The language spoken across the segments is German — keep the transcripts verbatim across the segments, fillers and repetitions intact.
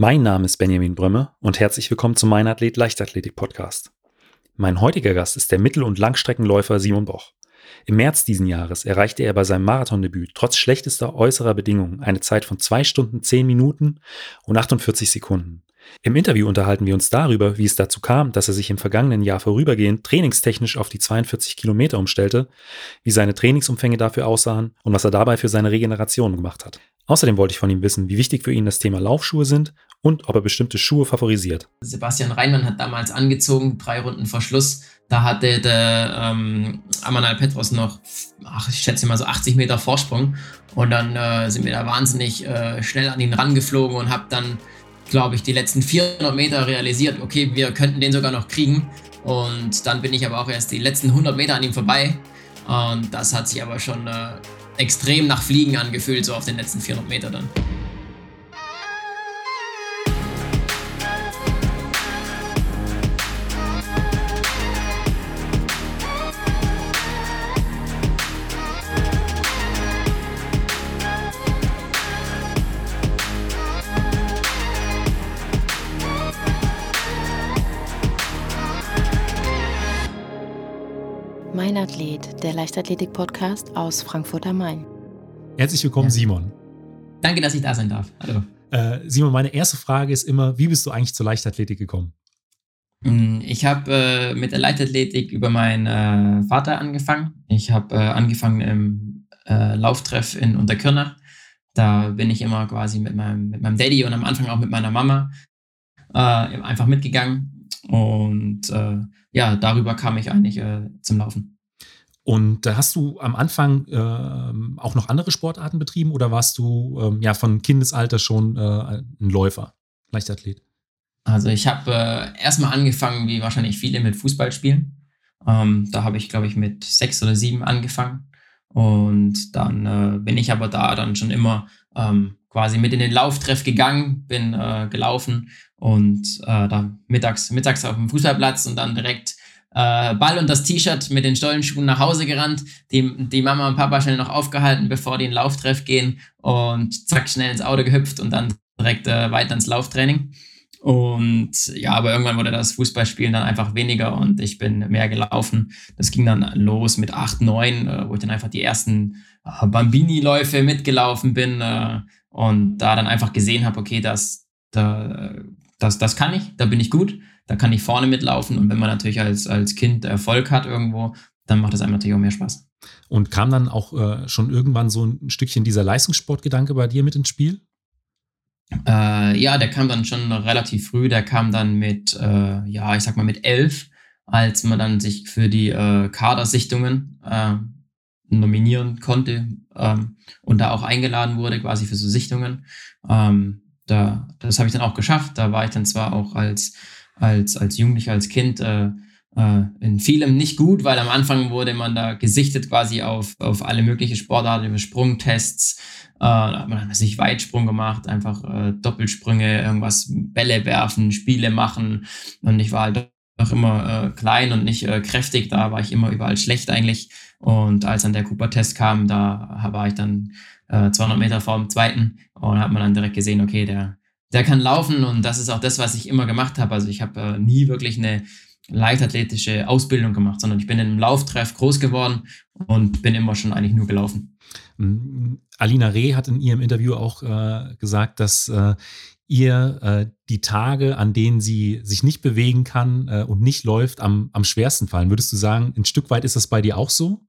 Mein Name ist Benjamin Brömme und herzlich willkommen zum Mein Athlet Leichtathletik Podcast. Mein heutiger Gast ist der Mittel- und Langstreckenläufer Simon Boch. Im März diesen Jahres erreichte er bei seinem Marathondebüt trotz schlechtester äußerer Bedingungen eine Zeit von zwei Stunden zehn Minuten und achtundvierzig Sekunden. Im Interview unterhalten wir uns darüber, wie es dazu kam, dass er sich im vergangenen Jahr vorübergehend trainingstechnisch auf die zweiundvierzig Kilometer umstellte, wie seine Trainingsumfänge dafür aussahen und was er dabei für seine Regeneration gemacht hat. Außerdem wollte ich von ihm wissen, wie wichtig für ihn das Thema Laufschuhe sind und ob er bestimmte Schuhe favorisiert. Sebastian Reinmann hat damals angezogen, drei Runden vor Schluss. Da hatte der ähm, Amanal Petros noch, ach, ich schätze mal so achtzig Meter Vorsprung. Und dann äh, sind wir da wahnsinnig äh, schnell an ihn rangeflogen und habe dann, glaube ich, die letzten vierhundert Meter realisiert, okay, wir könnten den sogar noch kriegen. Und dann bin ich aber auch erst die letzten hundert Meter an ihm vorbei. Und das hat sich aber schon äh, extrem nach Fliegen angefühlt, so auf den letzten vierhundert Meter dann. Mein Athlet, der Leichtathletik-Podcast aus Frankfurt am Main. Herzlich willkommen, ja. Simon. Danke, dass ich da sein darf. Hallo. Äh, Simon, meine erste Frage ist immer, wie bist du eigentlich zur Leichtathletik gekommen? Ich habe äh, mit der Leichtathletik über meinen äh, Vater angefangen. Ich habe äh, angefangen im äh, Lauftreff in Unterkirnach. Da bin ich immer quasi mit meinem, mit meinem Daddy und am Anfang auch mit meiner Mama äh, einfach mitgegangen. Und äh, ja, darüber kam ich eigentlich äh, zum Laufen. Und da hast du am Anfang äh, auch noch andere Sportarten betrieben oder warst du äh, ja von Kindesalter schon äh, ein Läufer, Leichtathlet? Also ich habe äh, erstmal angefangen, wie wahrscheinlich viele, mit Fußball spielen. Ähm, da habe ich, glaube ich, mit sechs oder sieben angefangen. Und dann äh, bin ich aber da dann schon immer ähm, quasi mit in den Lauftreff gegangen, bin äh, gelaufen und äh, da mittags, mittags auf dem Fußballplatz und dann direkt äh, Ball und das T-Shirt mit den Stollenschuhen nach Hause gerannt, die, die Mama und Papa schnell noch aufgehalten, bevor die in den Lauftreff gehen und zack, schnell ins Auto gehüpft und dann direkt äh, weiter ins Lauftraining. Und ja, aber irgendwann wurde das Fußballspielen dann einfach weniger und ich bin mehr gelaufen. Das ging dann los mit acht, neun, äh, wo ich dann einfach die ersten äh, Bambini-Läufe mitgelaufen bin äh, und da dann einfach gesehen habe, okay, das, da, das, das kann ich, da bin ich gut, da kann ich vorne mitlaufen und wenn man natürlich als, als Kind Erfolg hat irgendwo, dann macht es einem natürlich auch mehr Spaß. Und kam dann auch äh, schon irgendwann so ein Stückchen dieser Leistungssportgedanke bei dir mit ins Spiel? Äh, ja, der kam dann schon relativ früh, der kam dann mit, äh, ja, ich sag mal mit elf, als man dann sich für die äh, Kadersichtungen äh, nominieren konnte ähm, und da auch eingeladen wurde, quasi für so Sichtungen. Ähm, da, das habe ich dann auch geschafft, da war ich dann zwar auch als, als, als Jugendlicher, als Kind äh, äh, in vielem nicht gut, weil am Anfang wurde man da gesichtet quasi auf, auf alle möglichen Sportarten, über Sprungtests. Äh, da hat man sich Weitsprung gemacht, einfach äh, Doppelsprünge, irgendwas, Bälle werfen, Spiele machen. Und ich war halt noch immer äh, klein und nicht äh, kräftig, da war ich immer überall schlecht eigentlich. Und als dann der Cooper-Test kam, da war ich dann äh, zweihundert Meter vor dem zweiten und hat man dann direkt gesehen, okay, der, der kann laufen und das ist auch das, was ich immer gemacht habe. Also ich habe äh, nie wirklich eine leichtathletische Ausbildung gemacht, sondern ich bin in einem Lauftreff groß geworden und bin immer schon eigentlich nur gelaufen. Alina Reh hat in ihrem Interview auch äh, gesagt, dass äh, ihr äh, die Tage, an denen sie sich nicht bewegen kann äh, und nicht läuft, am, am schwersten fallen. Würdest du sagen, ein Stück weit ist das bei dir auch so?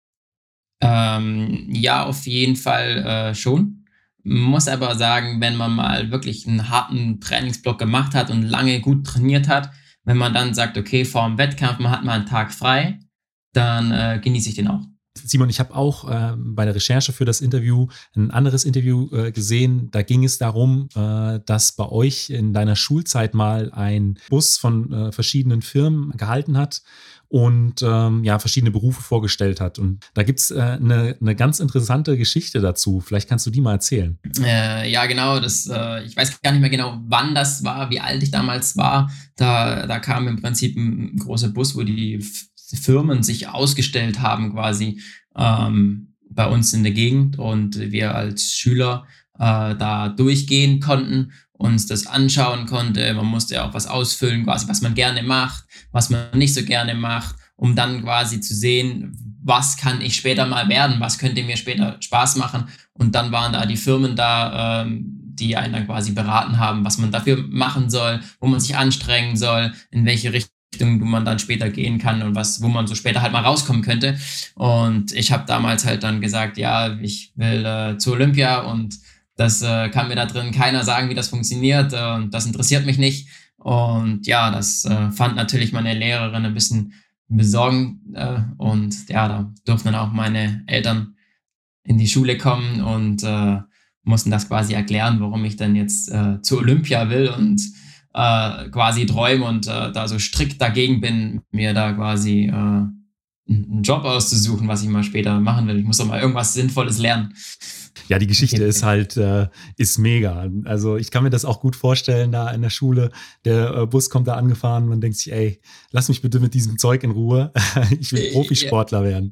Ähm, ja, auf jeden Fall äh, schon. Muss aber sagen, wenn man mal wirklich einen harten Trainingsblock gemacht hat und lange gut trainiert hat, wenn man dann sagt, okay, vor dem Wettkampf, man hat mal einen Tag frei, dann äh, genieße ich den auch. Simon, ich habe auch äh, bei der Recherche für das Interview ein anderes Interview äh, gesehen. Da ging es darum, äh, dass bei euch in deiner Schulzeit mal ein Bus von äh, verschiedenen Firmen gehalten hat und ähm, ja, verschiedene Berufe vorgestellt hat. Und da gibt es eine äh, ne, ne ganz interessante Geschichte dazu. Vielleicht kannst du die mal erzählen. Äh, ja, genau. Das, äh, ich weiß gar nicht mehr genau, wann das war, wie alt ich damals war. Da, da kam im Prinzip ein, ein großer Bus, wo die Firmen sich ausgestellt haben quasi ähm, bei uns in der Gegend und wir als Schüler äh, da durchgehen konnten uns das anschauen konnte. Man musste ja auch was ausfüllen, quasi, was man gerne macht, was man nicht so gerne macht, um dann quasi zu sehen, was kann ich später mal werden, was könnte mir später Spaß machen. Und dann waren da die Firmen da, ähm, die einen dann quasi beraten haben, was man dafür machen soll, wo man sich anstrengen soll, in welche Richtung man dann später gehen kann und was, wo man so später halt mal rauskommen könnte. Und ich habe damals halt dann gesagt, ja, ich will äh, zu Olympia und das äh, kann mir da drin keiner sagen, wie das funktioniert, äh, und das interessiert mich nicht. Und ja, das äh, fand natürlich meine Lehrerin ein bisschen besorgend, äh, und ja, da durften dann auch meine Eltern in die Schule kommen und äh, mussten das quasi erklären, warum ich dann jetzt äh, zu Olympia will und äh, quasi träume und äh, da so strikt dagegen bin, mir da quasi äh, einen Job auszusuchen, was ich mal später machen will. Ich muss doch mal irgendwas Sinnvolles lernen. Ja, die Geschichte ist halt, äh, ist mega. Also ich kann mir das auch gut vorstellen, da in der Schule, der äh, Bus kommt da angefahren, man denkt sich, ey, lass mich bitte mit diesem Zeug in Ruhe. Ich will Profisportler ja. werden.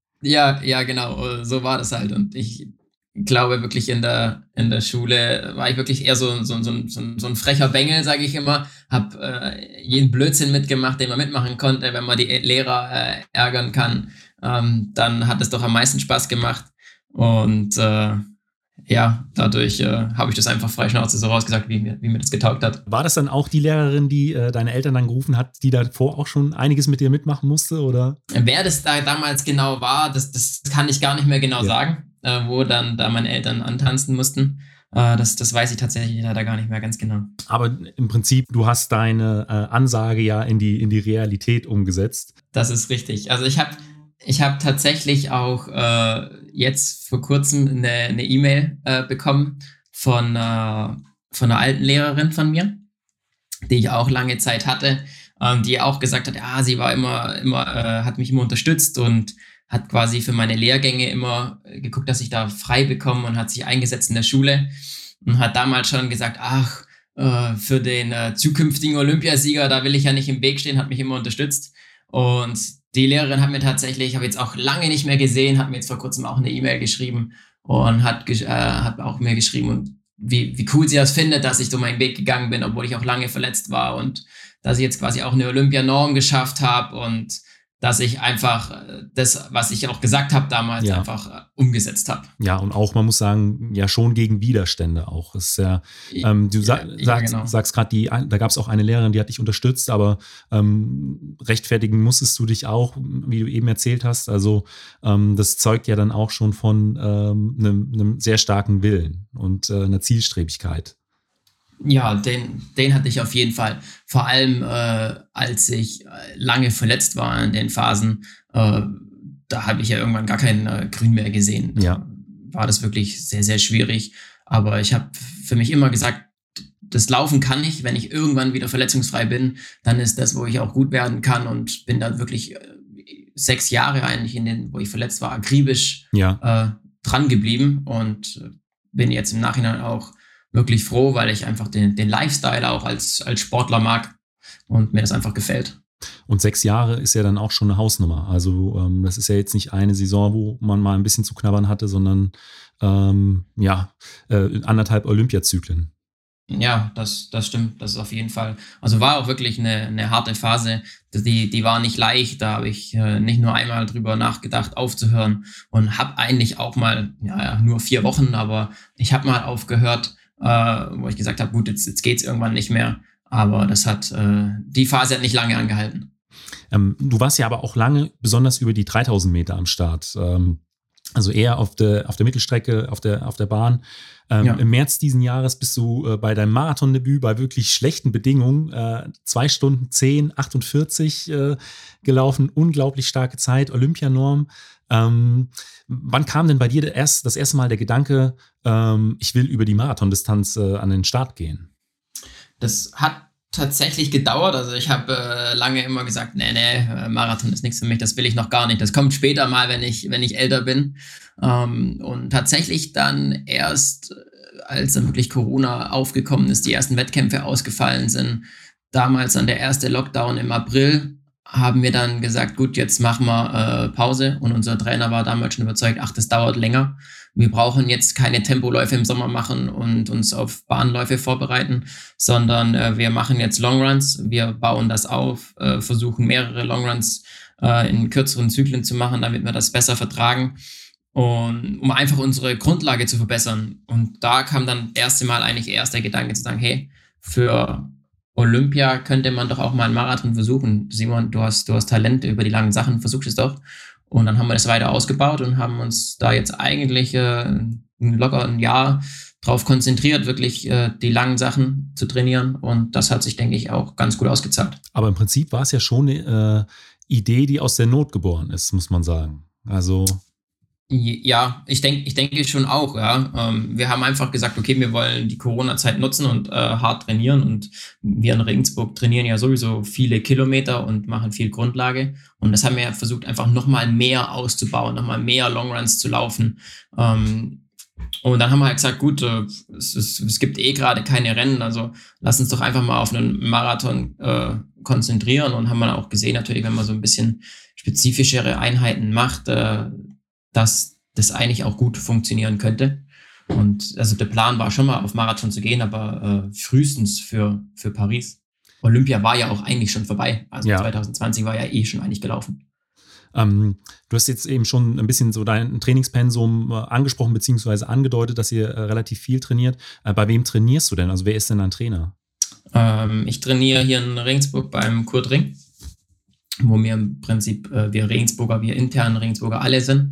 Ja, ja, genau, so war das halt. Und ich glaube wirklich in der, in der Schule war ich wirklich eher so, so, so, so, so ein frecher Bengel, sage ich immer. Hab äh, jeden Blödsinn mitgemacht, den man mitmachen konnte. Wenn man die Lehrer äh, ärgern kann, ähm, dann hat es doch am meisten Spaß gemacht. Und äh, ja, dadurch äh, habe ich das einfach frei Schnauze so rausgesagt, wie mir, wie mir das getaugt hat. War das dann auch die Lehrerin, die äh, deine Eltern dann gerufen hat, die davor auch schon einiges mit dir mitmachen musste, oder? Wer das da damals genau war, das, das kann ich gar nicht mehr genau ja. sagen, äh, wo dann da meine Eltern antanzen mussten. Äh, das, das weiß ich tatsächlich leider gar nicht mehr ganz genau. Aber im Prinzip, du hast deine äh, Ansage ja in die, in die Realität umgesetzt. Das ist richtig. Also ich habe Ich habe tatsächlich auch äh, jetzt vor kurzem eine, eine E-Mail äh, bekommen von, äh, von einer alten Lehrerin von mir, die ich auch lange Zeit hatte, ähm, die auch gesagt hat, ja, sie war immer, immer, äh, hat mich immer unterstützt und hat quasi für meine Lehrgänge immer geguckt, dass ich da frei bekomme und hat sich eingesetzt in der Schule und hat damals schon gesagt, ach, äh, für den äh, zukünftigen Olympiasieger, da will ich ja nicht im Weg stehen, hat mich immer unterstützt. Und die Lehrerin hat mir tatsächlich, ich habe jetzt auch lange nicht mehr gesehen, hat mir jetzt vor kurzem auch eine E-Mail geschrieben und hat, äh, hat auch mir geschrieben, und wie, wie cool sie das findet, dass ich so meinen Weg gegangen bin, obwohl ich auch lange verletzt war und dass ich jetzt quasi auch eine Olympianorm geschafft habe und dass ich einfach das, was ich auch gesagt habe damals, ja. einfach umgesetzt habe. Ja, und auch, man muss sagen, ja schon gegen Widerstände auch. Es ist ja, ähm, du sa- ja, sagst, genau. sagst gerade, da gab es auch eine Lehrerin, die hat dich unterstützt, aber ähm, rechtfertigen musstest du dich auch, wie du eben erzählt hast. Also ähm, das zeugt ja dann auch schon von ähm, einem, einem sehr starken Willen und äh, einer Zielstrebigkeit. Ja, den, den hatte ich auf jeden Fall. Vor allem, äh, als ich lange verletzt war in den Phasen, äh, da habe ich ja irgendwann gar kein äh, Grün mehr gesehen. Da ja. war das wirklich sehr, sehr schwierig. Aber ich habe für mich immer gesagt, das Laufen kann ich. Wenn ich irgendwann wieder verletzungsfrei bin, dann ist das, wo ich auch gut werden kann, und bin da wirklich äh, sechs Jahre eigentlich, in denen, wo ich verletzt war, akribisch ja. äh, dran geblieben und bin jetzt im Nachhinein auch wirklich froh, weil ich einfach den, den Lifestyle auch als, als Sportler mag und mir das einfach gefällt. Und sechs Jahre ist ja dann auch schon eine Hausnummer. Also ähm, das ist ja jetzt nicht eine Saison, wo man mal ein bisschen zu knabbern hatte, sondern ähm, ja, äh, anderthalb Olympiazyklen. Ja, das, das stimmt, das ist auf jeden Fall. Also war auch wirklich eine, eine harte Phase, die, die war nicht leicht, da habe ich äh, nicht nur einmal drüber nachgedacht, aufzuhören, und habe eigentlich auch mal, ja, ja nur vier Wochen, aber ich habe mal aufgehört, äh, wo ich gesagt habe, gut, jetzt, jetzt geht's irgendwann nicht mehr, aber das hat, äh, die Phase hat nicht lange angehalten. Ähm, du warst ja aber auch lange besonders über die dreitausend Meter am Start, ähm, also eher auf der, auf der Mittelstrecke, auf der, auf der Bahn. Ähm, ja. Im März diesen Jahres bist du äh, bei deinem Marathondebüt bei wirklich schlechten Bedingungen äh, zwei Stunden zehn achtundvierzig äh, gelaufen. Unglaublich starke Zeit, Olympianorm. Ähm, wann kam denn bei dir der erst, das erste Mal der Gedanke, ähm, ich will über die Marathondistanz äh, an den Start gehen? Das hat tatsächlich gedauert. Also ich habe äh, lange immer gesagt, nee, nee, Marathon ist nichts für mich, das will ich noch gar nicht. Das kommt später mal, wenn ich, wenn ich älter bin. Ähm, und tatsächlich dann erst, als dann wirklich Corona aufgekommen ist, die ersten Wettkämpfe ausgefallen sind, damals dann der erste Lockdown im April, haben wir dann gesagt, gut, jetzt machen wir äh, Pause. Und unser Trainer war damals schon überzeugt, ach, das dauert länger. Wir brauchen jetzt keine Tempoläufe im Sommer machen und uns auf Bahnläufe vorbereiten, sondern äh, wir machen jetzt Longruns. Wir bauen das auf, äh, versuchen mehrere Longruns äh, in kürzeren Zyklen zu machen, damit wir das besser vertragen. Und um einfach unsere Grundlage zu verbessern. Und da kam dann das erste Mal eigentlich erst der Gedanke zu sagen, hey, für Olympia könnte man doch auch mal einen Marathon versuchen. Simon, du hast, du hast Talent über die langen Sachen, versuch es doch. Und dann haben wir das weiter ausgebaut und haben uns da jetzt eigentlich äh, locker ein Jahr drauf konzentriert, wirklich äh, die langen Sachen zu trainieren. Und das hat sich, denke ich, auch ganz gut ausgezahlt. Aber im Prinzip war es ja schon eine äh, Idee, die aus der Not geboren ist, muss man sagen. Also Ja, ich denke ich denke schon auch, ja. Ähm, wir haben einfach gesagt, okay, wir wollen die Corona-Zeit nutzen und äh, hart trainieren. Und wir in Regensburg trainieren ja sowieso viele Kilometer und machen viel Grundlage. Und das haben wir versucht, einfach nochmal mehr auszubauen, nochmal mehr Longruns zu laufen. Ähm, und dann haben wir halt gesagt, gut, äh, es, es, es gibt eh gerade keine Rennen, also lass uns doch einfach mal auf einen Marathon äh, konzentrieren. Und haben wir auch gesehen, natürlich, wenn man so ein bisschen spezifischere Einheiten macht, äh, dass das eigentlich auch gut funktionieren könnte. Und also der Plan war schon mal auf Marathon zu gehen, aber äh, frühestens für, für Paris. Olympia war ja auch eigentlich schon vorbei. Also ja. zwanzig zwanzig war ja eh schon eigentlich gelaufen. Ähm, du hast jetzt eben schon ein bisschen so dein Trainingspensum äh, angesprochen, beziehungsweise angedeutet, dass ihr äh, relativ viel trainiert. Äh, bei wem trainierst du denn? Also wer ist denn dein Trainer? Ähm, ich trainiere hier in Regensburg beim Kurt Ring, wo wir im Prinzip, äh, wir Regensburger, wir internen Regensburger alle sind.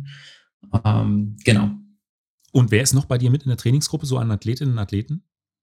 Ähm, genau. Und wer ist noch bei dir mit in der Trainingsgruppe, so an Athletinnen und Athleten?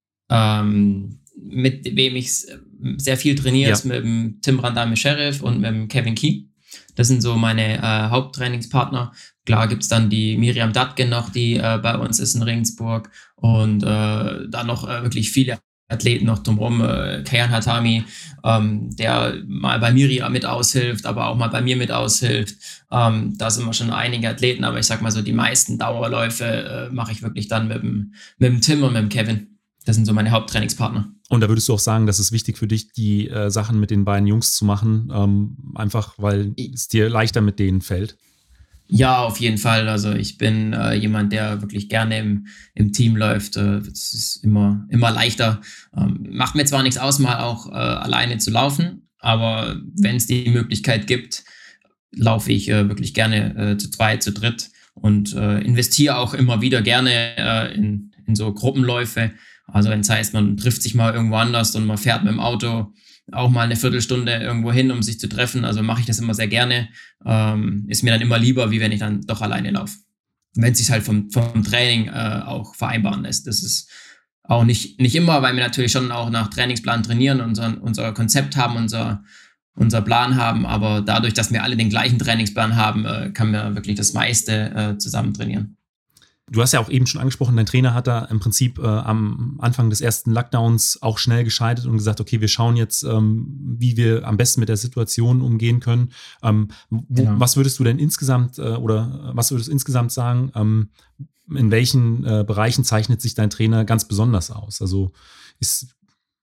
Ähm, mit wem ich sehr viel trainiere, Ja. ist mit dem Tim Randame Sheriff und mit dem Kevin Key. Das sind so meine äh, Haupttrainingspartner. Klar gibt es dann die Miriam Datgen noch, die äh, bei uns ist in Regensburg. Und äh, dann noch äh, wirklich viele Athleten noch drumherum, äh, Kayan Hatami, ähm, der mal bei Miri mit aushilft, aber auch mal bei mir mit aushilft. Ähm, da sind wir schon einige Athleten, aber ich sag mal so, die meisten Dauerläufe äh, mache ich wirklich dann mit dem, mit dem Tim und mit dem Kevin. Das sind so meine Haupttrainingspartner. Und da würdest du auch sagen, dass es wichtig für dich, die äh, Sachen mit den beiden Jungs zu machen, ähm, einfach weil es dir leichter mit denen fällt? Ja, auf jeden Fall. Also ich bin äh, jemand, der wirklich gerne im, im Team läuft. Äh, es ist immer, immer leichter. Ähm, macht mir zwar nichts aus, mal auch äh, alleine zu laufen, aber wenn es die Möglichkeit gibt, laufe ich äh, wirklich gerne äh, zu zweit, zu dritt und äh, investiere auch immer wieder gerne äh, in, in so Gruppenläufe. Also wenn es heißt, man trifft sich mal irgendwo anders und man fährt mit dem Auto auch mal eine Viertelstunde irgendwo hin, um sich zu treffen. Also mache ich das immer sehr gerne. Ähm, ist mir dann immer lieber, wie wenn ich dann doch alleine laufe. Wenn es sich halt vom, vom Training äh, auch vereinbaren lässt. Das ist auch nicht, nicht immer, weil wir natürlich schon auch nach Trainingsplan trainieren, unser, unser Konzept haben, unser, unser Plan haben. Aber dadurch, dass wir alle den gleichen Trainingsplan haben, äh, kann man wirklich das meiste äh, zusammen trainieren. Du hast ja auch eben schon angesprochen, dein Trainer hat da im Prinzip äh, am Anfang des ersten Lockdowns auch schnell geschaltet und gesagt, okay, wir schauen jetzt, ähm, wie wir am besten mit der Situation umgehen können. Ähm, wo, Genau. Was würdest du denn insgesamt äh, oder was würdest du insgesamt sagen, ähm, in welchen äh, Bereichen zeichnet sich dein Trainer ganz besonders aus? Also ist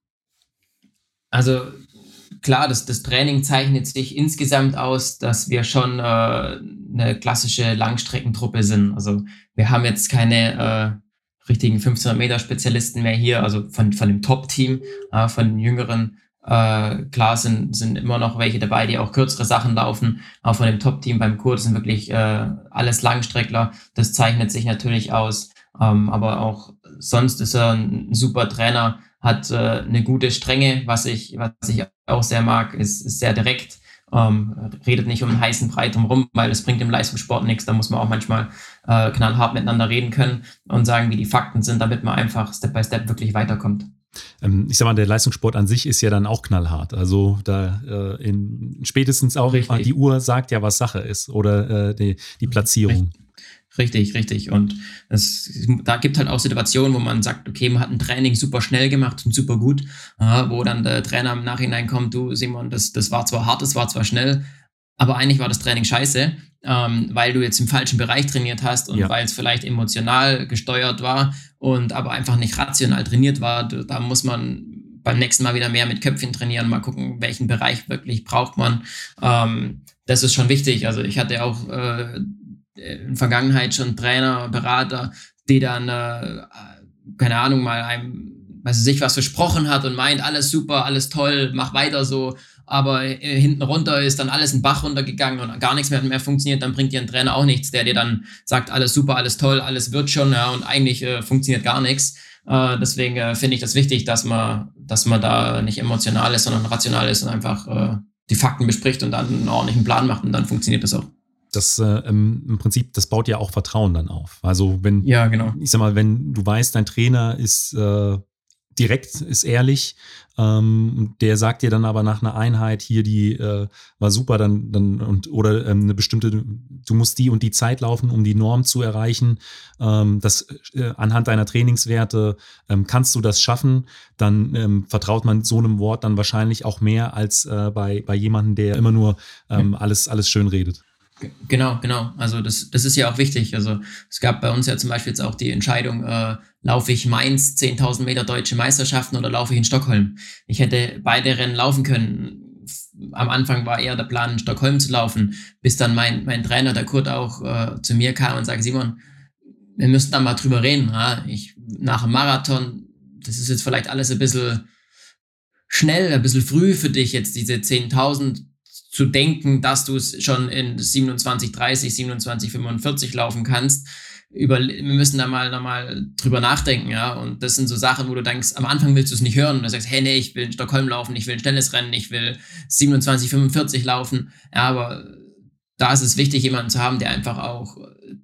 Also klar, das, das Training zeichnet sich insgesamt aus, dass wir schon äh, eine klassische Langstreckentruppe sind. Also wir haben jetzt keine äh, richtigen fünfzehnhundert Meter Spezialisten mehr hier, also von, von dem Top-Team, äh, von den Jüngeren. Äh, klar sind, sind immer noch welche dabei, die auch kürzere Sachen laufen, aber von dem Top-Team beim Kurt sind wirklich äh, alles Langstreckler. Das zeichnet sich natürlich aus, ähm, aber auch sonst ist er ein super Trainer, hat äh, eine gute Strenge, was ich, was ich auch sehr mag, ist, ist sehr direkt, ähm, redet nicht um einen heißen Brei drumherum, weil es bringt im Leistungssport nichts, da muss man auch manchmal äh, knallhart miteinander reden können und sagen, wie die Fakten sind, damit man einfach Step by Step wirklich weiterkommt. Ähm, ich sag mal, der Leistungssport an sich ist ja dann auch knallhart. Also da äh, in spätestens auch Richtig. Die Uhr sagt ja, was Sache ist oder äh, die, die Platzierung. Richtig, richtig. Und es, da gibt halt auch Situationen, wo man sagt, okay, man hat ein Training super schnell gemacht und super gut, äh, wo dann der Trainer im Nachhinein kommt, du Simon, das, das war zwar hart, das war zwar schnell, aber eigentlich war das Training scheiße, ähm, weil du jetzt im falschen Bereich trainiert hast und Ja. weil es vielleicht emotional gesteuert war und aber einfach nicht rational trainiert war. Da muss man beim nächsten Mal wieder mehr mit Köpfchen trainieren, mal gucken, welchen Bereich wirklich braucht man. Ähm, das ist schon wichtig. Also ich hatte auch äh, in der Vergangenheit schon Trainer, Berater, die dann, äh, keine Ahnung, mal einem, weiß ich, sich was versprochen hat und meint, alles super, alles toll, mach weiter so. Aber äh, hinten runter ist dann alles in den Bach runtergegangen und gar nichts mehr, mehr funktioniert, dann bringt dir ein Trainer auch nichts, der dir dann sagt, alles super, alles toll, alles wird schon, ja, und eigentlich äh, funktioniert gar nichts. Äh, deswegen äh, finde ich das wichtig, dass man, dass man da nicht emotional ist, sondern rational ist und einfach äh, die Fakten bespricht und dann einen ordentlichen Plan macht und dann funktioniert das auch. Das äh, im Prinzip, das baut ja auch Vertrauen dann auf. Also wenn, ja, genau. ich sag mal, wenn du weißt, dein Trainer ist äh, direkt, ist ehrlich, ähm, der sagt dir dann aber nach einer Einheit, hier, die äh, war super, dann, dann und oder ähm, eine bestimmte, du musst die und die Zeit laufen, um die Norm zu erreichen. Ähm, das äh, anhand deiner Trainingswerte ähm, kannst du das schaffen, dann ähm, vertraut man so einem Wort dann wahrscheinlich auch mehr als äh, bei, bei jemandem, der immer nur ähm, alles, alles schön redet. Genau, genau. Also das, das ist ja auch wichtig. Also es gab bei uns ja zum Beispiel jetzt auch die Entscheidung, äh, laufe ich Mainz zehntausend Meter deutsche Meisterschaften oder laufe ich in Stockholm? Ich hätte beide Rennen laufen können. Am Anfang war eher der Plan, in Stockholm zu laufen, bis dann mein, mein Trainer, der Kurt, auch äh, zu mir kam und sagte, Simon, wir müssen da mal drüber reden. Ja? Ich, nach dem Marathon, das ist jetzt vielleicht alles ein bisschen schnell, ein bisschen früh für dich, jetzt diese zehntausend zu denken, dass du es schon in siebenundzwanzig dreißig, siebenundzwanzig fünfundvierzig laufen kannst. Über, wir müssen da mal, da mal drüber nachdenken, ja. Und das sind so Sachen, wo du denkst, am Anfang willst du es nicht hören. Und du sagst, hey, nee, ich will in Stockholm laufen, ich will ein schnelles Rennen, ich will siebenundzwanzig fünfundvierzig laufen. Ja, aber da ist es wichtig, jemanden zu haben, der einfach auch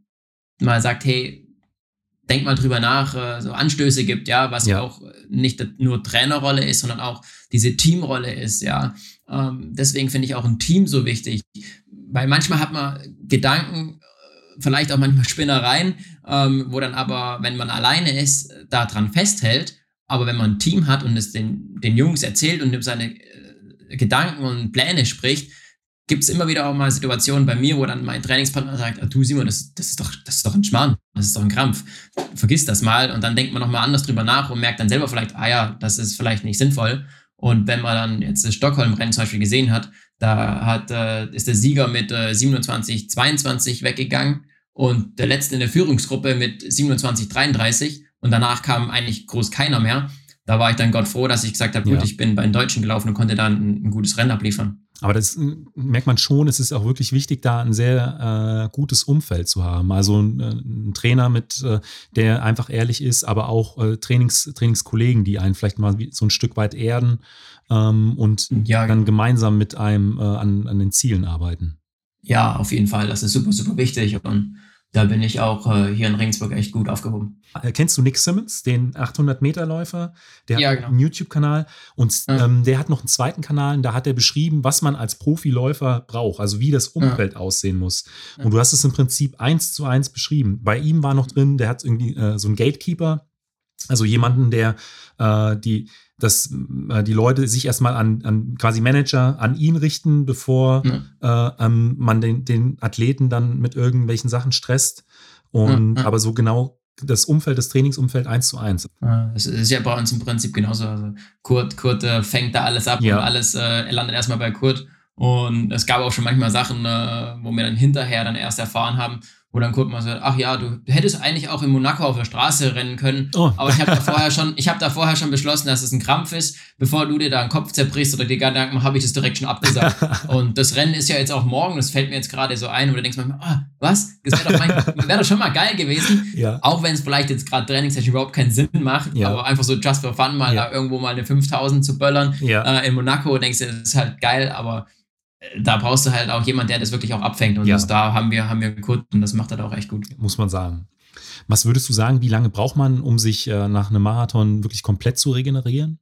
mal sagt, hey, denk mal drüber nach, so Anstöße gibt, ja, was ja auch nicht nur Trainerrolle ist, sondern auch diese Teamrolle ist, ja. Ähm, deswegen finde ich auch ein Team so wichtig, weil manchmal hat man Gedanken, vielleicht auch manchmal Spinnereien, ähm, wo dann aber, wenn man alleine ist, daran festhält, aber wenn man ein Team hat und es den, den Jungs erzählt und seine äh, Gedanken und Pläne spricht, gibt es immer wieder auch mal Situationen bei mir, wo dann mein Trainingspartner sagt, ah, du Simon, das, das, ist doch, das ist doch ein Schmarrn, das ist doch ein Krampf, vergiss das mal, und dann denkt man nochmal anders drüber nach und merkt dann selber vielleicht, ah ja, das ist vielleicht nicht sinnvoll. Und wenn man dann jetzt das Stockholm-Rennen zum Beispiel gesehen hat, da hat, äh, ist der Sieger mit äh, siebenundzwanzig zweiundzwanzig weggegangen und der Letzte in der Führungsgruppe mit siebenundzwanzig dreiunddreißig und danach kam eigentlich groß keiner mehr. Da war ich dann Gott froh, dass ich gesagt habe, gut, ja, ich bin bei den Deutschen gelaufen und konnte da ein, ein gutes Rennen abliefern. Aber das merkt man schon, es ist auch wirklich wichtig, da ein sehr äh, gutes Umfeld zu haben. Also ein, ein Trainer, mit, äh, der einfach ehrlich ist, aber auch äh, Trainings, Trainingskollegen, die einen vielleicht mal so ein Stück weit erden ähm, und ja, dann gemeinsam mit einem äh, an, an den Zielen arbeiten. Ja, auf jeden Fall. Das ist super, super wichtig. Und da bin ich auch äh, hier in Regensburg echt gut aufgehoben. Kennst du Nick Symmonds, den achthundert-Meter-Läufer? Der ja, hat genau. einen YouTube-Kanal und ja. ähm, der hat noch einen zweiten Kanal, und da hat er beschrieben, was man als Profiläufer braucht, also wie das Umfeld ja. aussehen muss. Ja. Und du hast es im Prinzip eins zu eins beschrieben. Bei ihm war noch drin, der hat irgendwie äh, so einen Gatekeeper, also jemanden, der äh, die dass äh, die Leute sich erstmal an, an quasi Manager an ihn richten, bevor ja. äh, ähm, man den, den Athleten dann mit irgendwelchen Sachen stresst. Und ja, ja. aber so genau das Umfeld, das Trainingsumfeld eins zu eins. Ja, das ist ja bei uns im Prinzip genauso. Also Kurt, Kurt äh, fängt da alles ab ja. und alles äh, landet erstmal bei Kurt. Und es gab auch schon manchmal Sachen, äh, wo wir dann hinterher dann erst erfahren haben, wo dann Kurt mal sagt, ach ja, du hättest eigentlich auch in Monaco auf der Straße rennen können, oh. aber ich habe da vorher schon, ich habe da vorher schon beschlossen, dass es ein Krampf ist, bevor du dir da einen Kopf zerbrichst oder dir Gedanken machst, habe ich das direkt schon abgesagt. Und das Rennen ist ja jetzt auch morgen, das fällt mir jetzt gerade so ein, wo du denkst manchmal, ah, was? Das wäre doch, wär doch schon mal geil gewesen, ja. auch wenn es vielleicht jetzt gerade trainingstechnisch überhaupt keinen Sinn macht, ja. aber einfach so just for fun mal ja. da irgendwo mal eine fünftausend zu böllern ja. äh, in Monaco, denkst du, das ist halt geil, aber da brauchst du halt auch jemanden, der das wirklich auch abfängt. Und ja. das, da haben wir, haben wir einen Kunden und das macht er da auch echt gut. Muss man sagen. Was würdest du sagen, wie lange braucht man, um sich äh, nach einem Marathon wirklich komplett zu regenerieren?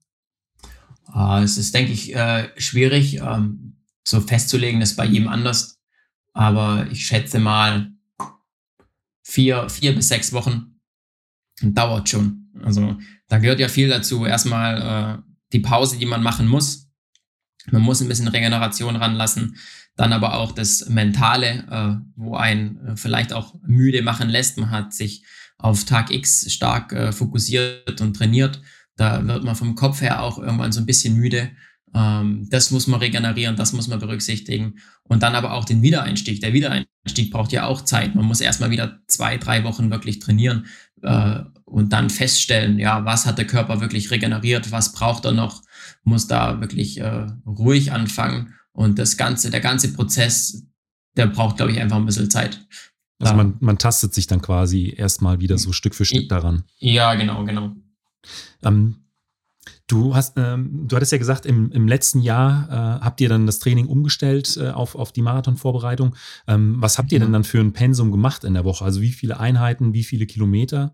Uh, es ist, denke ich, äh, schwierig, ähm, so festzulegen, das ist bei jedem anders. Aber ich schätze mal vier, vier bis sechs Wochen dauert schon. Also da gehört ja viel dazu. Erstmal äh, die Pause, die man machen muss. Man muss ein bisschen Regeneration ranlassen, dann aber auch das Mentale, äh, wo einen äh, vielleicht auch müde machen lässt. Man hat sich auf Tag X stark äh, fokussiert und trainiert Da wird man vom Kopf her auch irgendwann so ein bisschen müde. Ähm, das muss man regenerieren, das muss man berücksichtigen. Und dann aber auch den Wiedereinstieg. Der Wiedereinstieg braucht ja auch Zeit. Man muss erstmal wieder zwei, drei Wochen wirklich trainieren äh, und dann feststellen, ja, was hat der Körper wirklich regeneriert, was braucht er noch, muss da wirklich äh, ruhig anfangen. Und das ganze, der ganze Prozess, der braucht, glaube ich, einfach ein bisschen Zeit. Also man, man tastet sich dann quasi erstmal wieder so Stück für Stück daran. Ja, genau, genau. Ähm, du hast, ähm, du hattest ja gesagt, im, im letzten Jahr äh, habt ihr dann das Training umgestellt äh, auf, auf die Marathonvorbereitung. Ähm, was habt ihr ja. denn dann für ein Pensum gemacht in der Woche? Also wie viele Einheiten, wie viele Kilometer?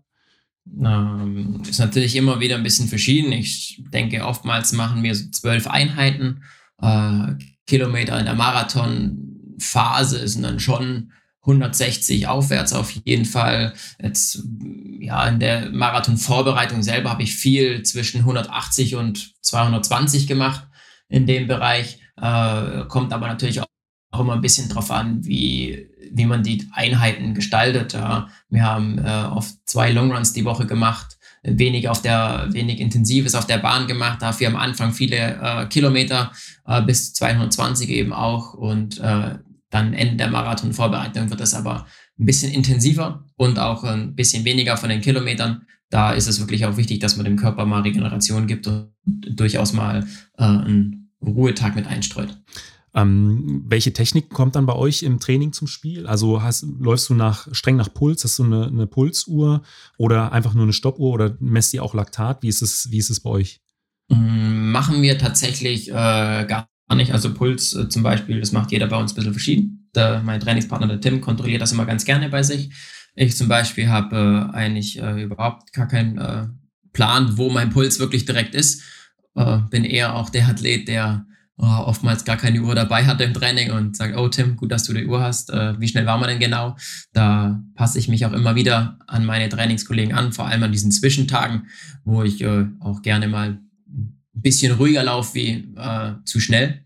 Ähm, ist natürlich immer wieder ein bisschen verschieden. Ich denke, oftmals machen wir so zwölf Einheiten. Äh, Kilometer in der Marathonphase sind dann schon hundertsechzig aufwärts auf jeden Fall. Jetzt, ja, in der Marathon-Vorbereitung selber habe ich viel zwischen hundertachtzig und zweihundertzwanzig gemacht in dem Bereich. Äh, kommt aber natürlich auch, auch immer ein bisschen drauf an, wie, wie man die Einheiten gestaltet. Ja. Wir haben äh, oft zwei Longruns die Woche gemacht, wenig auf der, wenig Intensives auf der Bahn gemacht, dafür am Anfang viele äh, Kilometer äh, bis zweihundertzwanzig eben auch und äh, dann Ende der Marathon-Vorbereitung wird es aber ein bisschen intensiver und auch ein bisschen weniger von den Kilometern. Da ist es wirklich auch wichtig, dass man dem Körper mal Regeneration gibt und durchaus mal äh, einen Ruhetag mit einstreut. Ähm, welche Technik kommt dann bei euch im Training zum Spiel? Also hast, läufst du nach, streng nach Puls? Hast du eine, eine Pulsuhr oder einfach nur eine Stoppuhr oder messt ihr auch Laktat? Wie ist es, wie ist es bei euch? Machen wir tatsächlich äh, gar nicht. Also Puls äh, zum Beispiel, das macht jeder bei uns ein bisschen verschieden. Der, mein Trainingspartner, der Tim, kontrolliert das immer ganz gerne bei sich. Ich zum Beispiel habe äh, eigentlich äh, überhaupt gar keinen äh, Plan, wo mein Puls wirklich direkt ist. Äh, bin eher auch der Athlet, der äh, oftmals gar keine Uhr dabei hat im Training und sagt, oh Tim, gut, dass du die Uhr hast. Äh, wie schnell waren wir denn genau? Da passe ich mich auch immer wieder an meine Trainingskollegen an, vor allem an diesen Zwischentagen, wo ich äh, auch gerne mal ein bisschen ruhiger laufe wie äh, zu schnell.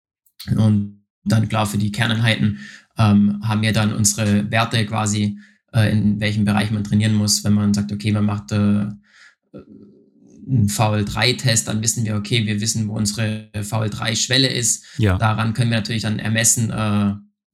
Und dann klar für die Kerneinheiten ähm, haben wir dann unsere Werte quasi, äh, in welchem Bereich man trainieren muss. Wenn man sagt, okay, man macht äh, einen V L drei Test, dann wissen wir, okay, wir wissen, wo unsere V L drei Schwelle ist. Ja. Daran können wir natürlich dann ermessen, äh,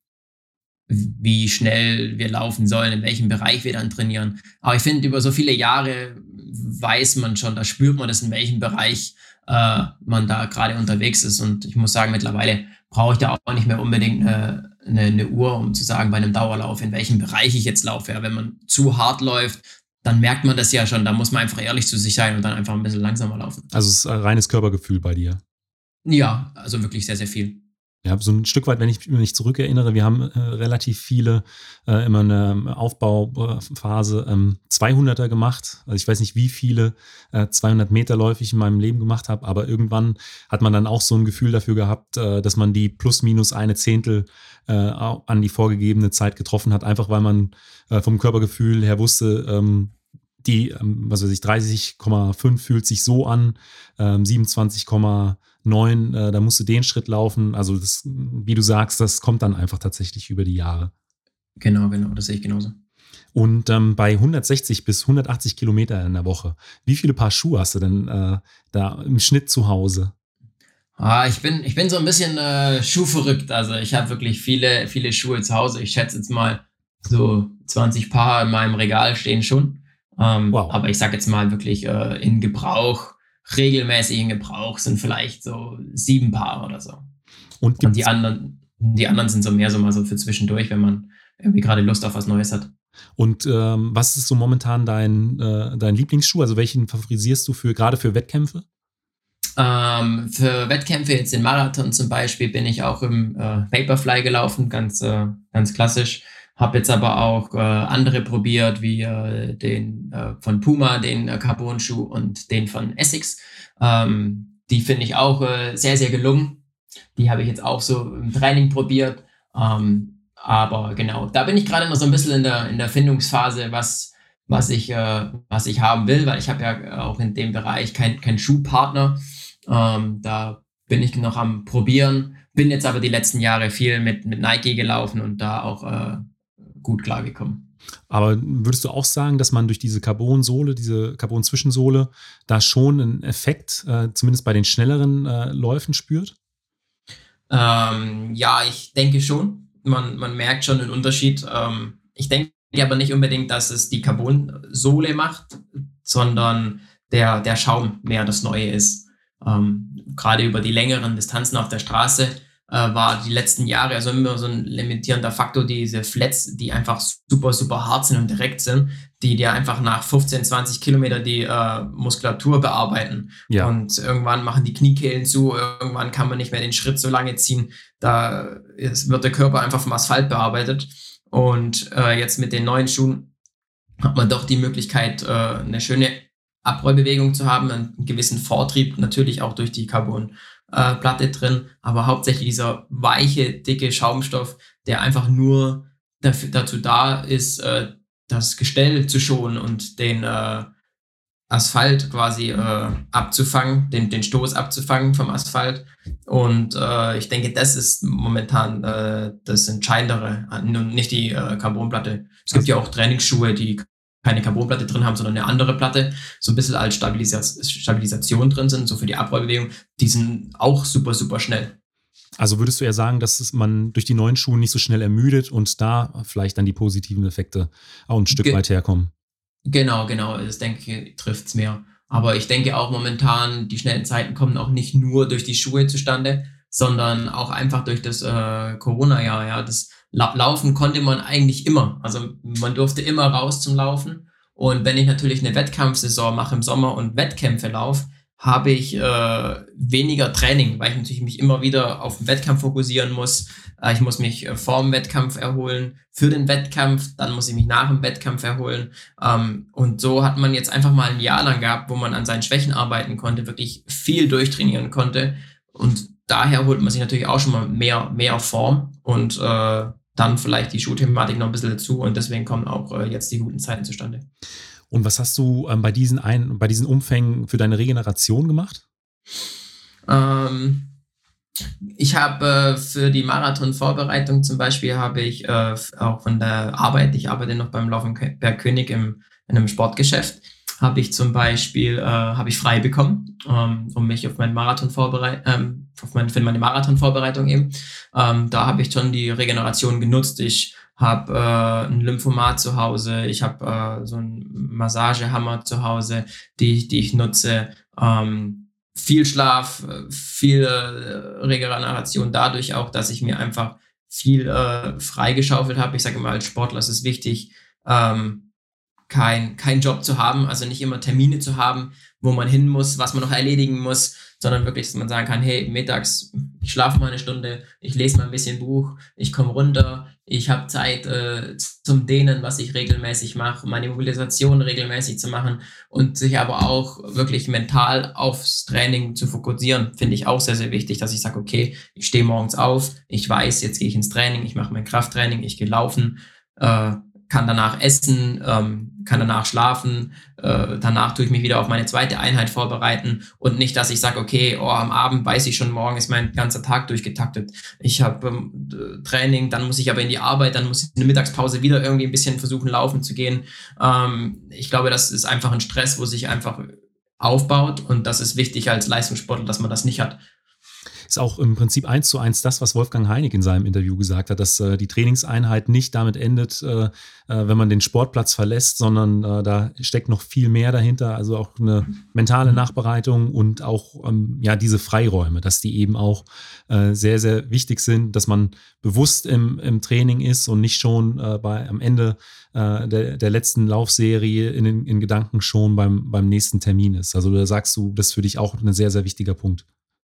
wie schnell wir laufen sollen, in welchem Bereich wir dann trainieren. Aber ich finde, über so viele Jahre weiß man schon, da spürt man das, in welchem Bereich äh, man da gerade unterwegs ist. Und ich muss sagen, mittlerweile brauche ich da auch nicht mehr unbedingt eine, eine, eine Uhr, um zu sagen, bei einem Dauerlauf, in welchem Bereich ich jetzt laufe. Ja, wenn man zu hart läuft, dann merkt man das ja schon. Da muss man einfach ehrlich zu sich sein und dann einfach ein bisschen langsamer laufen. Also es ist ein reines Körpergefühl bei dir? Ja, also wirklich sehr, sehr viel. Ja, so ein Stück weit, wenn ich mich zurückerinnere, wir haben äh, relativ viele äh, immer eine Aufbauphase ähm, zweihunderter gemacht. Also ich weiß nicht, wie viele äh, zweihundert Meter Läufe ich in meinem Leben gemacht habe, aber irgendwann hat man dann auch so ein Gefühl dafür gehabt, äh, dass man die plus minus eine Zehntel äh, an die vorgegebene Zeit getroffen hat, einfach weil man äh, vom Körpergefühl her wusste, ähm, die, ähm, was weiß ich, dreißig Komma fünf fühlt sich so an, ähm, siebenundzwanzig Komma neun, äh, da musst du den Schritt laufen. Also das, wie du sagst, das kommt dann einfach tatsächlich über die Jahre. Genau, genau, das sehe ich genauso. Und ähm, bei hundertsechzig bis hundertachtzig Kilometer in der Woche, wie viele Paar Schuhe hast du denn äh, da im Schnitt zu Hause? Ah, ich bin, ich bin so ein bisschen äh, schuhverrückt. Also ich habe wirklich viele, viele Schuhe zu Hause. Ich schätze jetzt mal so zwanzig Paar in meinem Regal stehen schon. Ähm, wow. Aber ich sage jetzt mal wirklich äh, in Gebrauch, regelmäßig in Gebrauch sind vielleicht so sieben Paar oder so. Und, Und die anderen, die anderen sind so mehr so mal so für zwischendurch, wenn man irgendwie gerade Lust auf was Neues hat. Und ähm, was ist so momentan dein, äh, dein Lieblingsschuh? Also welchen favorisierst du für gerade für Wettkämpfe? Ähm, für Wettkämpfe, jetzt den Marathon zum Beispiel, bin ich auch im äh, Vaporfly gelaufen, ganz, äh, ganz klassisch. Habe jetzt aber auch äh, andere probiert, wie äh, den äh, von Puma, den äh, Carbon-Schuh und den von Essex. Ähm, die finde ich auch äh, sehr, sehr gelungen. Die habe ich jetzt auch so im Training probiert. Ähm, aber genau, da bin ich gerade noch so ein bisschen in der, in der Findungsphase, was, was, ich, äh, was ich haben will, weil ich habe ja auch in dem Bereich keinen kein Schuhpartner. Ähm, da bin ich noch am Probieren. Bin jetzt aber die letzten Jahre viel mit, mit Nike gelaufen und da auch äh, gut klargekommen. Aber würdest du auch sagen, dass man durch diese Carbon-Sohle, diese Carbon-Zwischensohle, da schon einen Effekt, äh, zumindest bei den schnelleren äh, Läufen spürt? Ähm, ja, ich denke schon. Man, man merkt schon einen Unterschied. Ähm, ich denke aber nicht unbedingt, dass es die Carbon-Sohle macht, sondern der, der Schaum mehr das Neue ist. Ähm, gerade über die längeren Distanzen auf der Straße äh, war die letzten Jahre also immer so ein limitierender Faktor, diese Flats, die einfach super, super hart sind und direkt sind, die dir einfach nach fünfzehn, zwanzig Kilometer die äh, Muskulatur bearbeiten. Ja. Und irgendwann machen die Kniekehlen zu, irgendwann kann man nicht mehr den Schritt so lange ziehen, da ist, wird der Körper einfach vom Asphalt bearbeitet. Und äh, jetzt mit den neuen Schuhen hat man doch die Möglichkeit, äh, eine schöne Abrollbewegung zu haben, einen gewissen Vortrieb, natürlich auch durch die Carbonplatte äh, drin, aber hauptsächlich dieser weiche, dicke Schaumstoff, der einfach nur dafür, dazu da ist, äh, das Gestell zu schonen und den äh, Asphalt quasi äh, abzufangen, den, den Stoß abzufangen vom Asphalt. Und äh, ich denke, das ist momentan äh, das Entscheidendere, nicht die äh, Carbonplatte. Es gibt ja auch Trainingsschuhe, die keine Carbonplatte drin haben, sondern eine andere Platte, so ein bisschen als Stabilisa- Stabilisation drin sind, so für die Abrollbewegung, die sind auch super, super schnell. Also würdest du eher sagen, dass man durch die neuen Schuhe nicht so schnell ermüdet und da vielleicht dann die positiven Effekte auch ein Stück Ge- weit herkommen? Genau, genau, das denke ich, trifft es mehr. Aber ich denke auch momentan, die schnellen Zeiten kommen auch nicht nur durch die Schuhe zustande, sondern auch einfach durch das äh, Corona-Jahr, ja, das Laufen konnte man eigentlich immer. Also man durfte immer raus zum Laufen. Und wenn ich natürlich eine Wettkampfsaison mache im Sommer und Wettkämpfe laufe, habe ich äh, weniger Training, weil ich natürlich mich immer wieder auf den Wettkampf fokussieren muss. Äh, ich muss mich äh, vor dem Wettkampf erholen, für den Wettkampf, dann muss ich mich nach dem Wettkampf erholen. Ähm, und so hat man jetzt einfach mal ein Jahr lang gehabt, wo man an seinen Schwächen arbeiten konnte, wirklich viel durchtrainieren konnte. Und daher holt man sich natürlich auch schon mal mehr, mehr Form und äh, dann vielleicht die Schuhthematik noch ein bisschen dazu und deswegen kommen auch äh, jetzt die guten Zeiten zustande. Und was hast du ähm, bei diesen ein, bei diesen Umfängen für deine Regeneration gemacht? Ähm, ich habe äh, für die Marathon-Vorbereitung zum Beispiel habe ich äh, auch von der Arbeit, ich arbeite noch beim Laufenberg König im, in einem Sportgeschäft, habe ich zum Beispiel äh, habe ich frei bekommen, ähm, um mich auf meinen Marathon vorbereiten, ähm, auf meine, für meine Marathon-Vorbereitung eben. Ähm, da habe ich schon die Regeneration genutzt. Ich habe äh, ein Lymphomat zu Hause, ich habe äh, so einen Massagehammer zu Hause, die, die ich nutze. Ähm, viel Schlaf, viel äh, Regeneration dadurch auch, dass ich mir einfach viel äh, freigeschaufelt habe. Ich sage immer, als Sportler ist es wichtig, ähm, kein, kein Job zu haben, also nicht immer Termine zu haben, wo man hin muss, was man noch erledigen muss, sondern wirklich, dass man sagen kann, hey, mittags, ich schlafe mal eine Stunde, ich lese mal ein bisschen Buch, ich komme runter, ich habe Zeit äh, zum Dehnen, was ich regelmäßig mache, meine Mobilisation regelmäßig zu machen und sich aber auch wirklich mental aufs Training zu fokussieren, finde ich auch sehr, sehr wichtig, dass ich sage, okay, ich stehe morgens auf, ich weiß, jetzt gehe ich ins Training, ich mache mein Krafttraining, ich gehe laufen, äh, kann danach essen, ähm, kann danach schlafen, äh, danach tue ich mich wieder auf meine zweite Einheit vorbereiten und nicht, dass ich sage, okay, oh, am Abend weiß ich schon, morgen ist mein ganzer Tag durchgetaktet. Ich habe ähm, Training, dann muss ich aber in die Arbeit, dann muss ich in der Mittagspause wieder irgendwie ein bisschen versuchen, laufen zu gehen. Ähm, ich glaube, das ist einfach ein Stress, wo sich einfach aufbaut und das ist wichtig als Leistungssportler, dass man das nicht hat. Ist auch im Prinzip eins zu eins das, was Wolfgang Heinig in seinem Interview gesagt hat, dass äh, die Trainingseinheit nicht damit endet, äh, äh, wenn man den Sportplatz verlässt, sondern äh, da steckt noch viel mehr dahinter, also auch eine mentale Nachbereitung und auch ähm, ja diese Freiräume, dass die eben auch äh, sehr, sehr wichtig sind, dass man bewusst im, im Training ist und nicht schon äh, bei, am Ende äh, der, der letzten Laufserie in, in Gedanken schon beim, beim nächsten Termin ist. Also da sagst du, das ist für dich auch ein sehr, sehr wichtiger Punkt.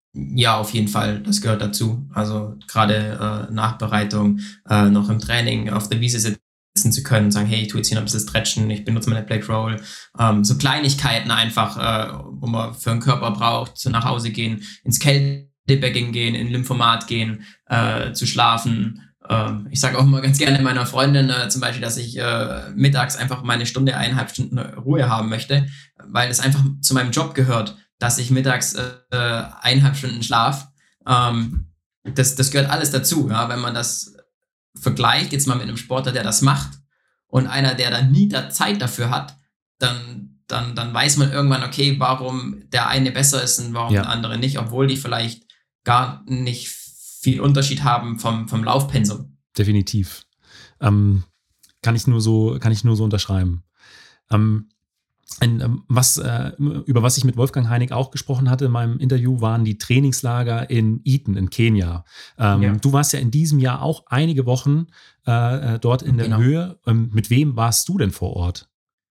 Ja, auf jeden Fall, das gehört dazu. Also gerade äh, Nachbereitung, äh, noch im Training auf der Wiese sitzen zu können und sagen, hey, ich tue jetzt hier noch ein bisschen stretchen, ich benutze meine Black Roll. Ähm, so Kleinigkeiten einfach, äh, wo man für den Körper braucht, zu nach Hause gehen, ins Kältebecken gehen, in Lymphomat gehen, äh, zu schlafen. Ähm, ich sage auch immer ganz gerne meiner Freundin äh, zum Beispiel, dass ich äh, mittags einfach meine Stunde, eineinhalb Stunden Ruhe haben möchte, weil es einfach zu meinem Job gehört, dass ich mittags äh, eineinhalb Stunden schlaf. Ähm, das, das gehört alles dazu, ja? Wenn man das vergleicht, jetzt mal mit einem Sportler, der das macht und einer, der dann nie da Zeit dafür hat, dann, dann, dann weiß man irgendwann, okay, warum der eine besser ist und warum Ja. der andere nicht, obwohl die vielleicht gar nicht viel Unterschied haben vom, vom Laufpensum. Definitiv. Ähm, kann ich nur so, kann ich nur so unterschreiben. Ähm, ein, ähm, was, äh, über was ich mit Wolfgang Heinig auch gesprochen hatte in meinem Interview, waren die Trainingslager in Eton in Kenia. Ähm, Ja. Du warst ja in diesem Jahr auch einige Wochen äh, dort in der Genau. Höhe. Ähm, mit wem warst du denn vor Ort?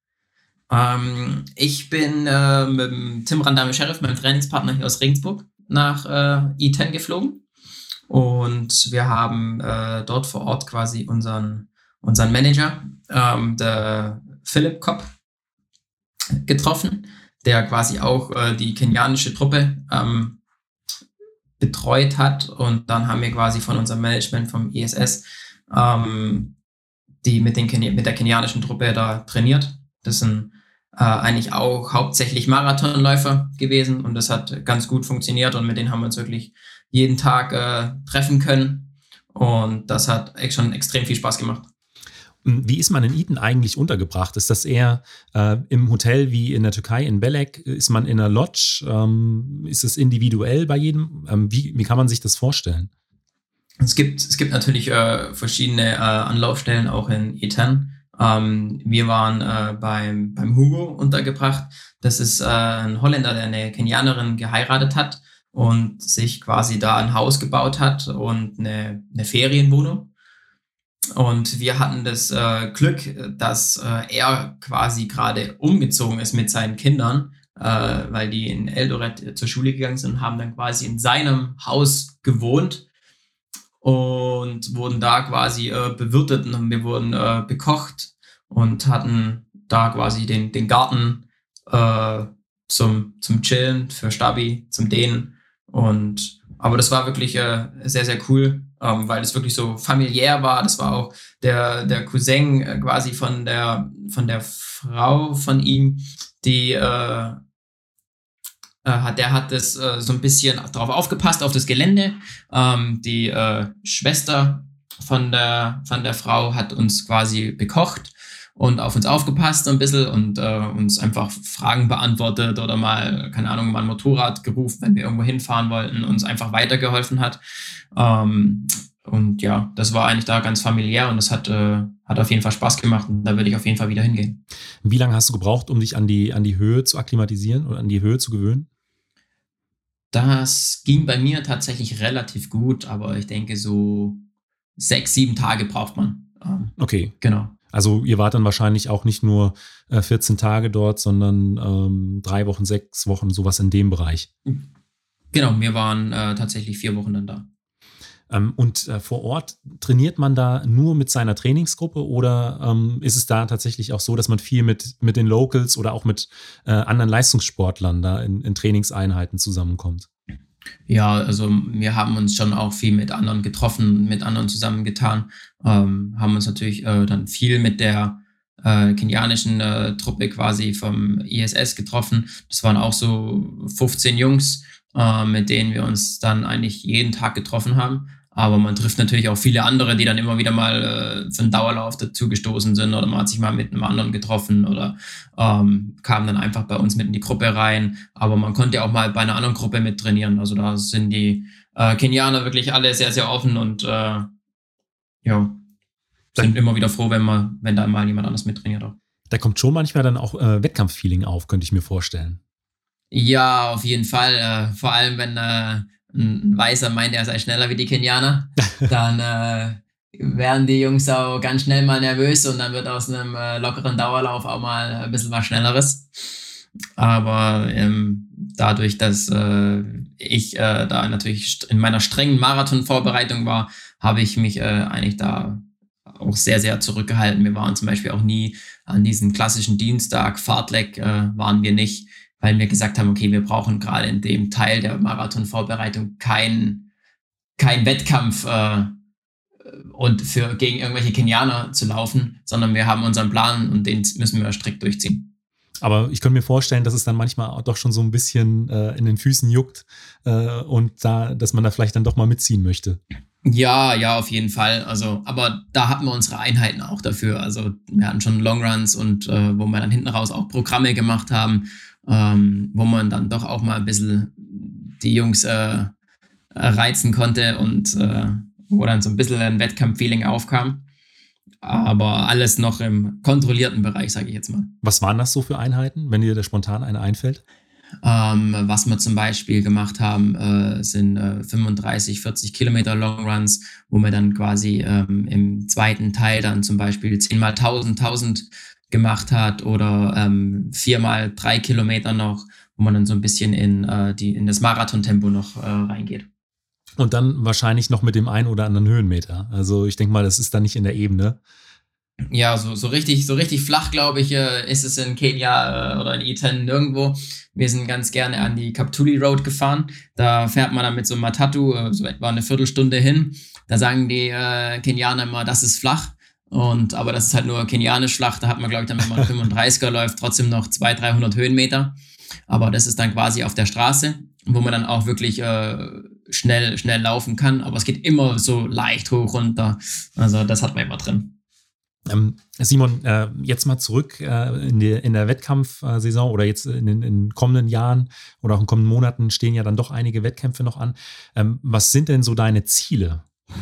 Ähm, ich bin äh, mit dem Tim Randame-Sheriff, meinem Trainingspartner hier aus Regensburg, nach äh, Eton geflogen. Und wir haben äh, dort vor Ort quasi unseren, unseren Manager, ähm, der Philipp Kopp, getroffen, der quasi auch äh, die kenianische Truppe ähm, betreut hat. Und dann haben wir quasi von unserem Management vom I S S ähm, die mit, den Keni- mit der kenianischen Truppe da trainiert. Das sind äh, eigentlich auch hauptsächlich Marathonläufer gewesen und das hat ganz gut funktioniert und mit denen haben wir uns wirklich jeden Tag äh, treffen können und das hat echt schon extrem viel Spaß gemacht. Wie ist man in Eton eigentlich untergebracht? Ist das eher äh, im Hotel wie in der Türkei, in Belek? Ist man in einer Lodge? Ähm, ist es individuell bei jedem? Ähm, wie, wie kann man sich das vorstellen? Es gibt, es gibt natürlich äh, verschiedene äh, Anlaufstellen auch in Eton. Ähm, wir waren äh, beim, beim Hugo untergebracht. Das ist äh, ein Holländer, der eine Kenianerin geheiratet hat und sich quasi da ein Haus gebaut hat und eine, eine Ferienwohnung. Und wir hatten das äh, Glück, dass äh, er quasi gerade umgezogen ist mit seinen Kindern, äh, weil die in Eldoret zur Schule gegangen sind und haben dann quasi in seinem Haus gewohnt und wurden da quasi äh, bewirtet und wir wurden äh, bekocht und hatten da quasi den, den Garten äh, zum, zum Chillen für Stabi, zum Dehnen. Und aber das war wirklich äh, sehr, sehr cool, ähm, weil es wirklich so familiär war. Das war auch der, der Cousin äh, quasi von der, von der Frau von ihm, die äh, äh, hat, der hat das äh, so ein bisschen drauf aufgepasst, auf das Gelände. Ähm, die äh, Schwester von der, von der Frau hat uns quasi bekocht und auf uns aufgepasst ein bisschen und äh, uns einfach Fragen beantwortet oder mal, keine Ahnung, mal ein Motorrad gerufen, wenn wir irgendwo hinfahren wollten, uns einfach weitergeholfen hat. Ähm, und ja, das war eigentlich da ganz familiär und das hat, äh, hat auf jeden Fall Spaß gemacht und da würde ich auf jeden Fall wieder hingehen. Wie lange hast du gebraucht, um dich an die, an die Höhe zu akklimatisieren oder an die Höhe zu gewöhnen? Das ging bei mir tatsächlich relativ gut, aber ich denke so sechs, sieben Tage braucht man. Ähm, Okay. Genau. Also ihr wart dann wahrscheinlich auch nicht nur äh, vierzehn Tage dort, sondern ähm, drei Wochen, sechs Wochen, sowas in dem Bereich. Genau, wir waren äh, tatsächlich vier Wochen dann da. Ähm, und äh, vor Ort trainiert man da nur mit seiner Trainingsgruppe oder ähm, ist es da tatsächlich auch so, dass man viel mit, mit den Locals oder auch mit äh, anderen Leistungssportlern da in, in Trainingseinheiten zusammenkommt? Ja, also wir haben uns schon auch viel mit anderen getroffen, mit anderen zusammengetan, ähm, haben uns natürlich äh, dann viel mit der äh, kenianischen äh, Truppe quasi vom I S S getroffen. Das waren auch so fünfzehn Jungs, äh, mit denen wir uns dann eigentlich jeden Tag getroffen haben. Aber man trifft natürlich auch viele andere, die dann immer wieder mal äh, für einen Dauerlauf dazugestoßen sind oder man hat sich mal mit einem anderen getroffen oder ähm, kam dann einfach bei uns mit in die Gruppe rein. Aber man konnte ja auch mal bei einer anderen Gruppe mit trainieren. Also da sind die äh, Kenianer wirklich alle sehr, sehr offen und äh, ja, sind immer wieder froh, wenn man, wenn da mal jemand anders mit trainiert auch. Da kommt schon manchmal dann auch äh, Wettkampffeeling auf, könnte ich mir vorstellen. Ja, auf jeden Fall. Äh, vor allem, wenn äh, ein Weißer meint, er sei schneller wie die Kenianer, dann äh, werden die Jungs auch ganz schnell mal nervös und dann wird aus einem äh, lockeren Dauerlauf auch mal ein bisschen was Schnelleres. Aber ähm, dadurch, dass äh, ich äh, da natürlich in meiner strengen Marathonvorbereitung war, habe ich mich äh, eigentlich da auch sehr, sehr zurückgehalten. Wir waren zum Beispiel auch nie an diesem klassischen Dienstag, Fartlek äh, waren wir nicht, weil wir gesagt haben, okay, wir brauchen gerade in dem Teil der Marathonvorbereitung keinen kein Wettkampf äh, und für gegen irgendwelche Kenianer zu laufen, sondern wir haben unseren Plan und den müssen wir strikt durchziehen. Aber ich könnte mir vorstellen, dass es dann manchmal auch doch schon so ein bisschen äh, in den Füßen juckt äh, und da, dass man da vielleicht dann doch mal mitziehen möchte. Ja, ja, auf jeden Fall. Also, aber da hatten wir unsere Einheiten auch dafür. Also wir hatten schon Longruns und äh, wo wir dann hinten raus auch Programme gemacht haben, ähm, wo man dann doch auch mal ein bisschen die Jungs äh, reizen konnte und äh, wo dann so ein bisschen ein Wettkampf-Feeling aufkam. Aber alles noch im kontrollierten Bereich, sage ich jetzt mal. Was waren das so für Einheiten, wenn dir da spontan eine einfällt? Ähm, was wir zum Beispiel gemacht haben, äh, sind äh, fünfunddreißig, vierzig Kilometer Longruns, wo wir dann quasi ähm, im zweiten Teil dann zum Beispiel zehn mal tausend, tausend gemacht hat oder ähm, vier mal drei Kilometer noch, wo man dann so ein bisschen in, äh, die, in das Marathontempo noch äh, reingeht. Und dann wahrscheinlich noch mit dem einen oder anderen Höhenmeter. Also ich denke mal, das ist dann nicht in der Ebene. Ja, so, so richtig, so richtig flach, glaube ich, äh, ist es in Kenia äh, oder in Iten nirgendwo. Wir sind ganz gerne an die Kaptuli Road gefahren. Da fährt man dann mit so einem Matatu äh, so etwa eine Viertelstunde hin. Da sagen die äh, Kenianer immer, das ist flach. Und, aber das ist halt nur kenianisch flach. Da hat man, glaube ich, dann, wenn man fünfunddreißiger läuft, trotzdem noch zweihundert, dreihundert Höhenmeter. Aber das ist dann quasi auf der Straße, wo man dann auch wirklich äh, schnell, schnell laufen kann. Aber es geht immer so leicht hoch runter. Also das hat man immer drin. Ähm, Simon, äh, jetzt mal zurück äh, in, die, in der Wettkampfsaison oder jetzt in den in kommenden Jahren oder auch in kommenden Monaten stehen ja dann doch einige Wettkämpfe noch an. Ähm, was sind denn so deine Ziele?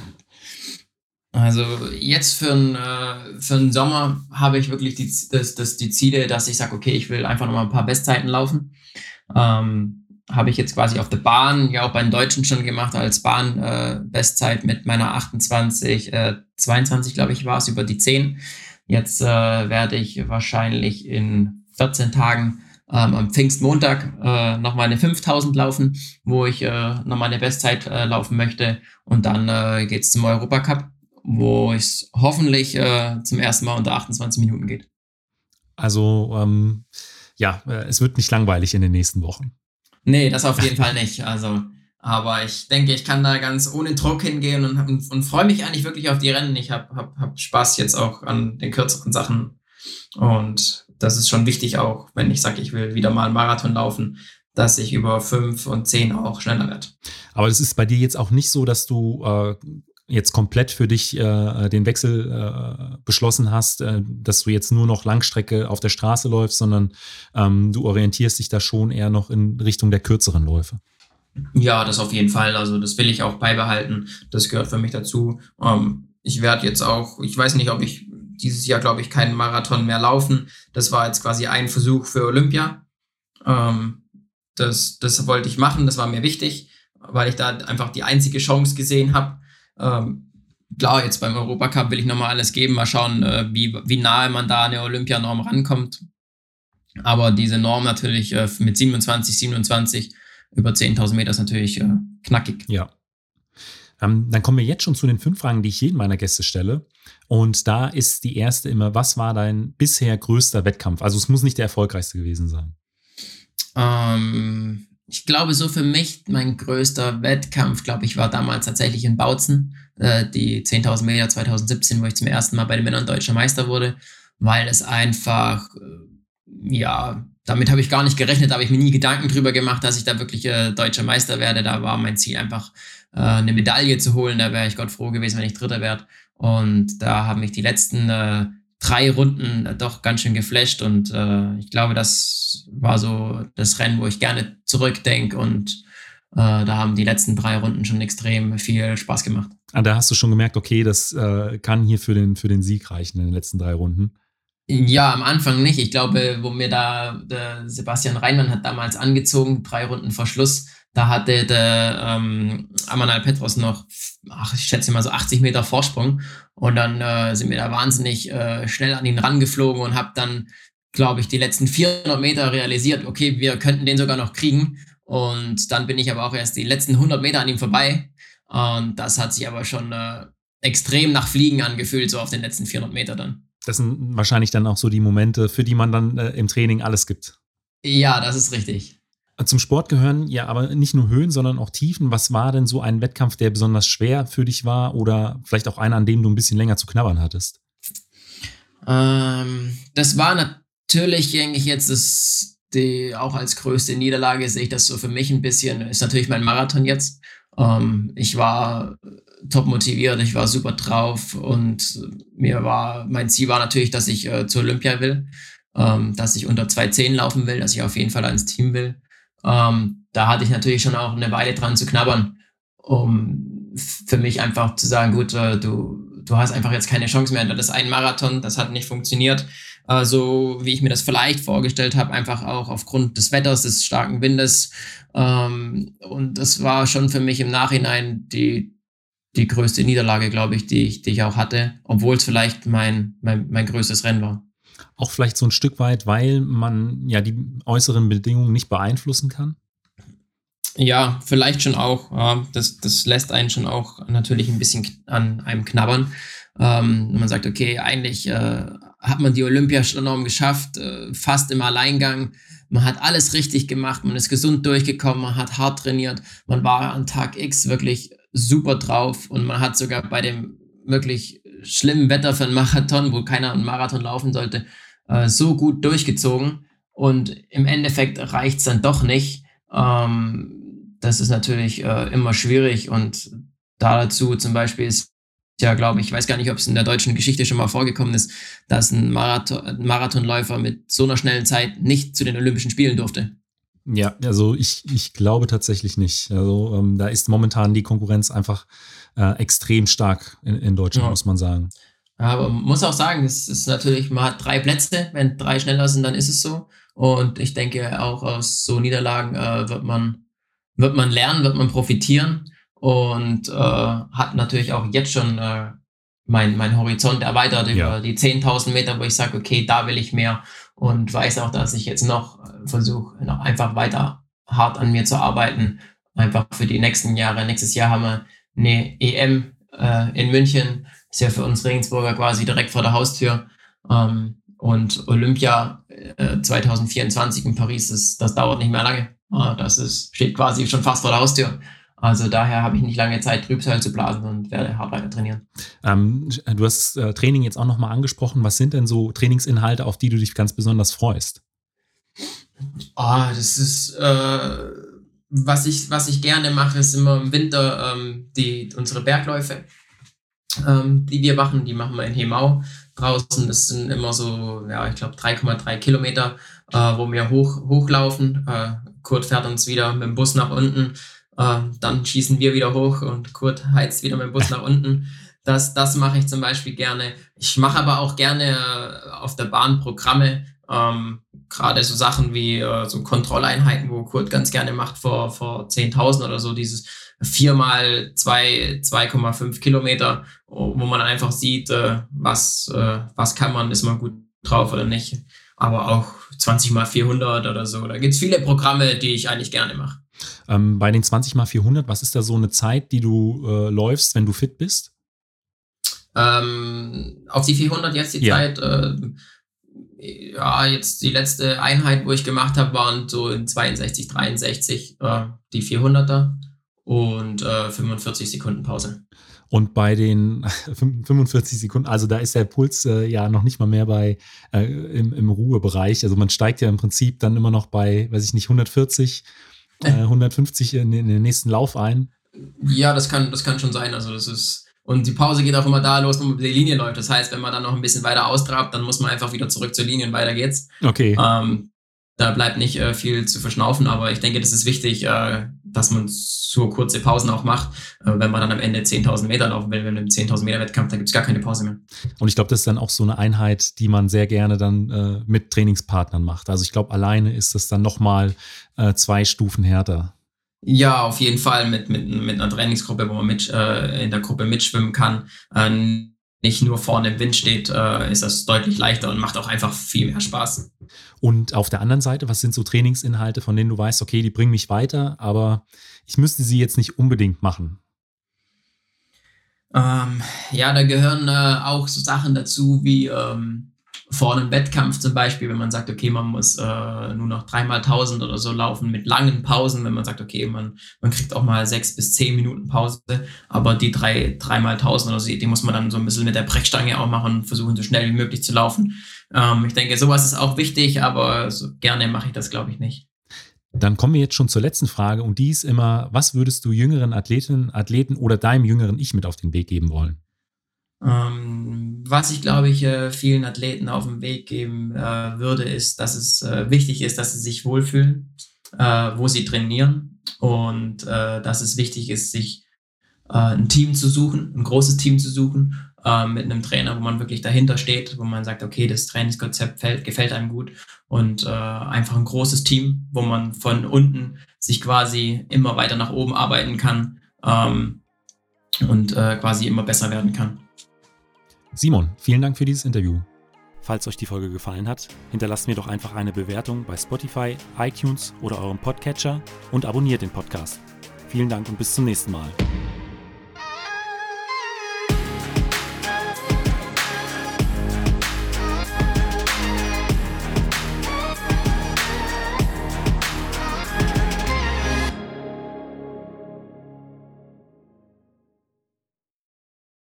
Also jetzt für den äh, für den Sommer habe ich wirklich die, das, das, die Ziele, dass ich sage, okay, ich will einfach noch mal ein paar Bestzeiten laufen. Ähm, habe ich jetzt quasi auf der Bahn, ja auch bei den Deutschen schon gemacht, als Bahn-Bestzeit äh, mit meiner achtundzwanzig, äh, zweiundzwanzig, glaube ich, war es, über die zehn. Jetzt äh, werde ich wahrscheinlich in vierzehn Tagen ähm, am Pfingstmontag äh, nochmal eine fünftausend laufen, wo ich äh, nochmal eine Bestzeit äh, laufen möchte. Und dann äh, geht es zum Europacup, wo es hoffentlich äh, zum ersten Mal unter achtundzwanzig Minuten geht. Also, ähm, ja, äh, es wird nicht langweilig in den nächsten Wochen. Nee, das auf jeden Fall nicht. Also, aber ich denke, ich kann da ganz ohne Druck hingehen und, und, und freue mich eigentlich wirklich auf die Rennen. Ich habe hab, hab Spaß jetzt auch an den kürzeren Sachen. Und das ist schon wichtig auch, wenn ich sage, ich will wieder mal einen Marathon laufen, dass ich über fünf und zehn auch schneller werde. Aber das ist bei dir jetzt auch nicht so, dass du äh, jetzt komplett für dich äh, den Wechsel äh, beschlossen hast, äh, dass du jetzt nur noch Langstrecke auf der Straße läufst, sondern ähm, du orientierst dich da schon eher noch in Richtung der kürzeren Läufe. Ja, das auf jeden Fall. Also das will ich auch beibehalten. Das gehört für mich dazu. Ähm, ich werde jetzt auch, ich weiß nicht, ob ich dieses Jahr, glaube ich, keinen Marathon mehr laufen. Das war jetzt quasi ein Versuch für Olympia. Ähm, das, das wollte ich machen, das war mir wichtig, weil ich da einfach die einzige Chance gesehen habe. Ähm, klar, jetzt beim Europacup will ich nochmal alles geben, mal schauen, äh, wie, wie nahe man da an der Olympianorm rankommt. Aber diese Norm natürlich äh, mit siebenundzwanzig, siebenundzwanzig über zehntausend Meter ist natürlich äh, knackig. Ja. Ähm, dann kommen wir jetzt schon zu den fünf Fragen, die ich jedem meiner Gäste stelle. Und da ist die erste immer, was war dein bisher größter Wettkampf? Also es muss nicht der erfolgreichste gewesen sein. Ähm, ich glaube, so für mich mein größter Wettkampf, glaube ich, war damals tatsächlich in Bautzen, äh, die zehntausend Meter zweitausendsiebzehn, wo ich zum ersten Mal bei den Männern deutscher Meister wurde, weil es einfach, äh, ja, damit habe ich gar nicht gerechnet, da habe ich mir nie Gedanken drüber gemacht, dass ich da wirklich äh, deutscher Meister werde. Da war mein Ziel einfach, äh, eine Medaille zu holen. Da wäre ich Gott froh gewesen, wenn ich Dritter werde. Und da haben mich die letzten äh, drei Runden äh, doch ganz schön geflasht. Und äh, ich glaube, das war so das Rennen, wo ich gerne zurückdenke. Und äh, da haben die letzten drei Runden schon extrem viel Spaß gemacht. Ah, da hast du schon gemerkt, okay, das äh, kann hier für den, für den Sieg reichen in den letzten drei Runden. Ja, am Anfang nicht. Ich glaube, wo mir da der Sebastian Reinmann hat damals angezogen, drei Runden vor Schluss, da hatte der ähm, Amanal Petros noch, ach, ich schätze mal so achtzig Meter Vorsprung. Und dann äh, sind wir da wahnsinnig äh, schnell an ihn rangeflogen und habe dann, glaube ich, die letzten vierhundert Meter realisiert, okay, wir könnten den sogar noch kriegen. Und dann bin ich aber auch erst die letzten hundert Meter an ihm vorbei. Und das hat sich aber schon äh, extrem nach Fliegen angefühlt, so auf den letzten vierhundert Meter dann. Das sind wahrscheinlich dann auch so die Momente, für die man dann äh, im Training alles gibt. Ja, das ist richtig. Zum Sport gehören ja aber nicht nur Höhen, sondern auch Tiefen. Was war denn so ein Wettkampf, der besonders schwer für dich war oder vielleicht auch einer, an dem du ein bisschen länger zu knabbern hattest? Ähm, das war natürlich, denke ich jetzt, das, die, auch als größte Niederlage sehe ich das so für mich ein bisschen, ist natürlich mein Marathon jetzt. Ähm, ich war top motiviert, ich war super drauf und mir war, mein Ziel war natürlich, dass ich äh, zur Olympia will, ähm, dass ich unter zwei zehn laufen will, dass ich auf jeden Fall ans Team will. Ähm, da hatte ich natürlich schon auch eine Weile dran zu knabbern, um für mich einfach zu sagen, gut, äh, du, du hast einfach jetzt keine Chance mehr. Das ist ein Marathon, das hat nicht funktioniert, äh, so wie ich mir das vielleicht vorgestellt habe, einfach auch aufgrund des Wetters, des starken Windes. Ähm, und das war schon für mich im Nachhinein die, die größte Niederlage, glaube ich, die ich, die ich auch hatte, obwohl es vielleicht mein, mein, mein größtes Rennen war. Auch vielleicht so ein Stück weit, weil man ja die äußeren Bedingungen nicht beeinflussen kann? Ja, vielleicht schon auch. Ja, das, das lässt einen schon auch natürlich ein bisschen an einem knabbern. Ähm, man sagt, okay, eigentlich äh, hat man die Olympianorm geschafft, äh, fast im Alleingang. Man hat alles richtig gemacht, man ist gesund durchgekommen, man hat hart trainiert, man war an Tag X wirklich super drauf und man hat sogar bei dem wirklich schlimmen Wetter für einen Marathon, wo keiner einen Marathon laufen sollte, äh, so gut durchgezogen. Und im Endeffekt reicht es dann doch nicht. Ähm, das ist natürlich äh, immer schwierig und dazu zum Beispiel ist ja, glaube ich, ich weiß gar nicht, ob es in der deutschen Geschichte schon mal vorgekommen ist, dass ein, Marathon, ein Marathonläufer mit so einer schnellen Zeit nicht zu den Olympischen Spielen durfte. Ja, also ich, ich glaube tatsächlich nicht. Also ähm, da ist momentan die Konkurrenz einfach äh, extrem stark in, in Deutschland, ja. muss man sagen. Ja, aber man muss auch sagen, es ist natürlich, man hat drei Plätze, wenn drei schneller sind, dann ist es so. Und ich denke, auch aus so Niederlagen äh, wird man, wird man lernen, wird man profitieren. Und äh, hat natürlich auch jetzt schon äh, mein, mein Horizont erweitert über ja. die zehntausend Meter, wo ich sage, okay, da will ich mehr und weiß auch, dass ich jetzt noch versuche, noch einfach weiter hart an mir zu arbeiten, einfach für die nächsten Jahre. Nächstes Jahr haben wir eine E M äh, in München, ist ja für uns Regensburger quasi direkt vor der Haustür. Ähm, und Olympia äh, zwanzig vierundzwanzig in Paris, das, das dauert nicht mehr lange. Äh, das ist, steht quasi schon fast vor der Haustür. Also daher habe ich nicht lange Zeit, Trübsal zu blasen und werde hart weiter trainieren. Ähm, du hast äh, Training jetzt auch nochmal angesprochen. Was sind denn so Trainingsinhalte, auf die du dich ganz besonders freust? Ah, oh, das ist, äh, was ich, was ich gerne mache, ist immer im Winter ähm, die, unsere Bergläufe, ähm, die wir machen. Die machen wir in Hemau draußen. Das sind immer so, ja, ich glaube drei Komma drei Kilometer, äh, wo wir hoch, hochlaufen. Äh, Kurt fährt uns wieder mit dem Bus nach unten. Uh, dann schießen wir wieder hoch und Kurt heizt wieder mit dem Bus nach unten. Das, das mache ich zum Beispiel gerne. Ich mache aber auch gerne äh, auf der Bahn Programme, ähm, gerade so Sachen wie äh, so Kontrolleinheiten, wo Kurt ganz gerne macht vor, vor zehntausend oder so, dieses vier mal zwei Komma fünf Kilometer, wo man dann einfach sieht, äh, was, äh, was kann man, ist man gut drauf oder nicht. Aber auch zwanzig mal vierhundert oder so. Da gibt es viele Programme, die ich eigentlich gerne mache. Ähm, bei den zwanzig mal vierhundert, was ist da so eine Zeit, die du äh, läufst, wenn du fit bist? Ähm, auf die vierhundert jetzt die ja. Zeit, äh, ja, jetzt die letzte Einheit, wo ich gemacht habe, waren so in zweiundsechzig, dreiundsechzig äh, die vierhunderter und äh, fünfundvierzig Sekunden Pause. Und bei den fünfundvierzig Sekunden, also da ist der Puls äh, ja noch nicht mal mehr bei äh, im, im Ruhebereich. Also man steigt ja im Prinzip dann immer noch bei, weiß ich nicht, hundertvierzig, äh, hundertfünfzig in, in den nächsten Lauf ein. Ja, das kann, das kann schon sein. Also das ist, und die Pause geht auch immer da los, wo man die Linie läuft. Das heißt, wenn man dann noch ein bisschen weiter austrabt, dann muss man einfach wieder zurück zur Linie und weiter geht's. Okay. Ähm, da bleibt nicht äh, viel zu verschnaufen, aber ich denke, das ist wichtig, äh, dass man so kurze Pausen auch macht, äh, wenn man dann am Ende zehntausend Meter laufen will. Wenn im zehntausend Meter Wettkampf, da gibt es gar keine Pause mehr. Und ich glaube, das ist dann auch so eine Einheit, die man sehr gerne dann äh, mit Trainingspartnern macht. Also ich glaube, alleine ist das dann nochmal äh, zwei Stufen härter. Ja, auf jeden Fall mit, mit, mit einer Trainingsgruppe, wo man mit, äh, in der Gruppe mitschwimmen kann. Äh, nicht nur vorne im Wind steht, äh, ist das deutlich leichter und macht auch einfach viel mehr Spaß. Und auf der anderen Seite, was sind so Trainingsinhalte, von denen du weißt, okay, die bringen mich weiter, aber ich müsste sie jetzt nicht unbedingt machen? Ähm, ja, da gehören äh, auch so Sachen dazu wie ähm, vor einem Wettkampf zum Beispiel, wenn man sagt, okay, man muss äh, nur noch dreimal tausend oder so laufen mit langen Pausen, wenn man sagt, okay, man, man kriegt auch mal sechs bis zehn Minuten Pause, aber die drei, dreimal tausend oder so, die muss man dann so ein bisschen mit der Brechstange auch machen und versuchen, so schnell wie möglich zu laufen. Ähm, ich denke, sowas ist auch wichtig, aber so gerne mache ich das, glaube ich, nicht. Dann kommen wir jetzt schon zur letzten Frage und die ist immer, was würdest du jüngeren Athletinnen, Athleten oder deinem jüngeren Ich mit auf den Weg geben wollen? Ähm, was ich, glaube ich, äh, vielen Athleten auf den Weg geben äh, würde, ist, dass es äh, wichtig ist, dass sie sich wohlfühlen, äh, wo sie trainieren und äh, dass es wichtig ist, sich äh, ein Team zu suchen, ein großes Team zu suchen, äh, mit einem Trainer, wo man wirklich dahinter steht, wo man sagt, okay, das Trainingskonzept fällt, gefällt einem gut und äh, einfach ein großes Team, wo man von unten sich quasi immer weiter nach oben arbeiten kann ähm, und äh, quasi immer besser werden kann. Simon, vielen Dank für dieses Interview. Falls euch die Folge gefallen hat, hinterlasst mir doch einfach eine Bewertung bei Spotify, iTunes oder eurem Podcatcher und abonniert den Podcast. Vielen Dank und bis zum nächsten Mal.